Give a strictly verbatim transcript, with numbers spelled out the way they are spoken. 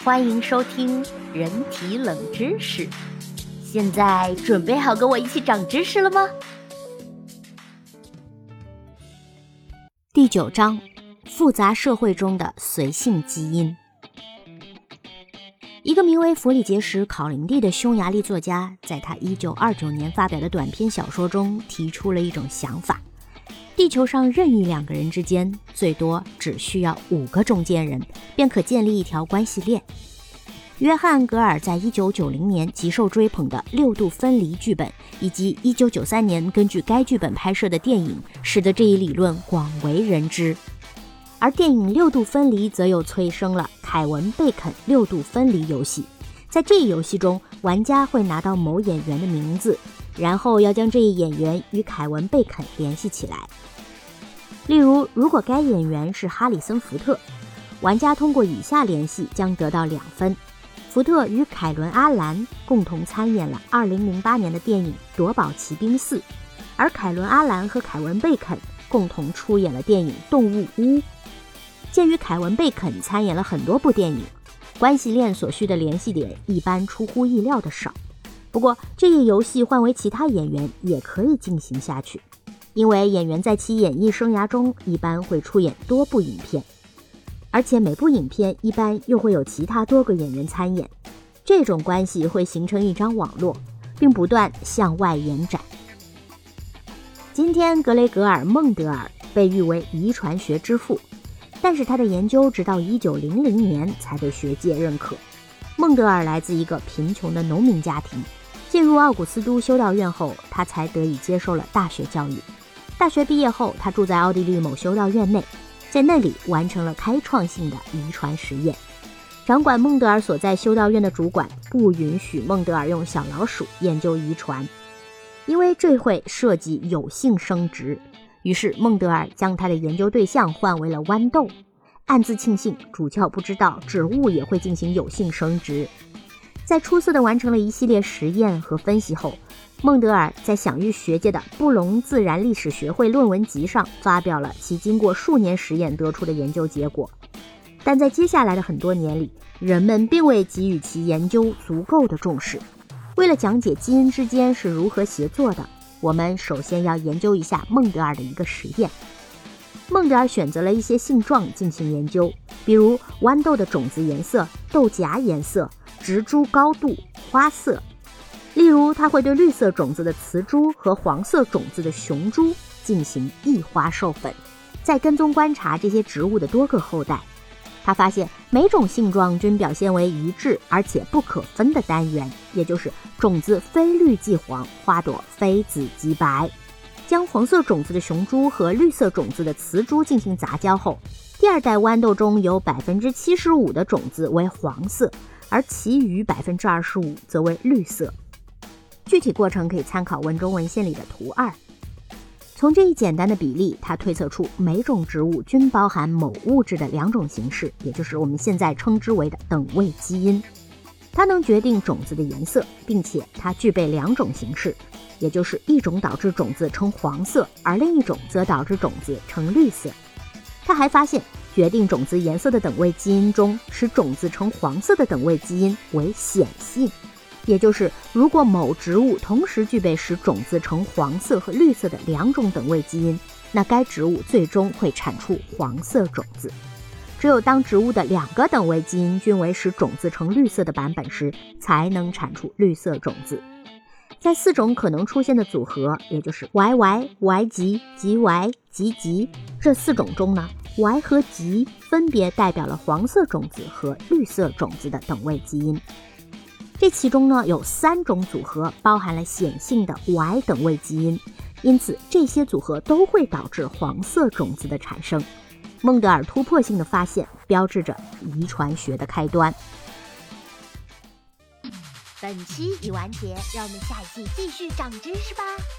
欢迎收听人体冷知识。现在准备好跟我一起长知识了吗？ 第九章，复杂社会中的随性基因。一个名为弗里杰什·考林蒂的匈牙利作家，在他一九二九年发表的短篇小说中提出了一种想法：地球上任意两个人之间，最多只需要五个中间人，便可建立一条关系链。约翰·格尔在一九九零年极受追捧的《六度分离》剧本，以及一九九三年根据该剧本拍摄的电影，使得这一理论广为人知。而电影《六度分离》则又催生了凯文·贝肯六度分离游戏。在这一游戏中，玩家会拿到某演员的名字，然后要将这一演员与凯文·贝肯联系起来。例如，如果该演员是哈里森·福特，玩家通过以下联系将得到两分。福特与凯伦·阿兰共同参演了二零零八年的电影《夺宝奇兵四》，而凯伦·阿兰和凯文·贝肯共同出演了电影《动物屋》。鉴于凯文·贝肯参演了很多部电影，关系链所需的联系点一般出乎意料的少。不过，这一游戏换为其他演员也可以进行下去，因为演员在其演艺生涯中一般会出演多部影片，而且每部影片一般又会有其他多个演员参演，这种关系会形成一张网络，并不断向外延展。今天格雷格尔·孟德尔被誉为遗传学之父，但是他的研究直到一九零零年才被学界认可。孟德尔来自一个贫穷的农民家庭，进入奥古斯都修道院后，他才得以接受了大学教育。大学毕业后，他住在奥地利某修道院内，在那里完成了开创性的遗传实验。掌管孟德尔所在修道院的主管不允许孟德尔用小老鼠研究遗传，因为这会涉及有性生殖。于是孟德尔将他的研究对象换为了豌豆，暗自庆幸主教不知道植物也会进行有性生殖。在出色地完成了一系列实验和分析后，孟德尔在享誉学界的布隆自然历史学会论文集上发表了其经过数年实验得出的研究结果。但在接下来的很多年里，人们并未给予其研究足够的重视。为了讲解基因之间是如何协作的，我们首先要研究一下孟德尔的一个实验。孟德尔选择了一些性状进行研究，比如豌豆的种子颜色、豆荚颜色、植株高度、花色。例如，他会对绿色种子的雌株和黄色种子的雄株进行异花授粉，再跟踪观察这些植物的多个后代。他发现每种性状均表现为一致而且不可分的单元，也就是种子非绿即黄，花朵非紫即白。将黄色种子的雄株和绿色种子的雌株进行杂交后，第二代豌豆中有 百分之七十五 的种子为黄色，而其余 百分之二十五 则为绿色。具体过程可以参考文中文献里的图二。从这一简单的比例，他推测出每种植物均包含某物质的两种形式，也就是我们现在称之为的等位基因。它能决定种子的颜色，并且它具备两种形式，也就是一种导致种子呈黄色，而另一种则导致种子呈绿色。他还发现，决定种子颜色的等位基因中，使种子呈黄色的等位基因为显性，也就是如果某植物同时具备使种子呈黄色和绿色的两种等位基因，那该植物最终会产出黄色种子。只有当植物的两个等位基因均为使种子呈绿色的版本时，才能产出绿色种子。在四种可能出现的组合，也就是 Y Y、Y 极、极 Y、极极这四种中呢， Y 和极分别代表了黄色种子和绿色种子的等位基因。这其中呢，有三种组合包含了显性的 Y 等位基因，因此这些组合都会导致黄色种子的产生。孟德尔突破性的发现标志着遗传学的开端。 本期已完结，让我们下一期继续长知识吧。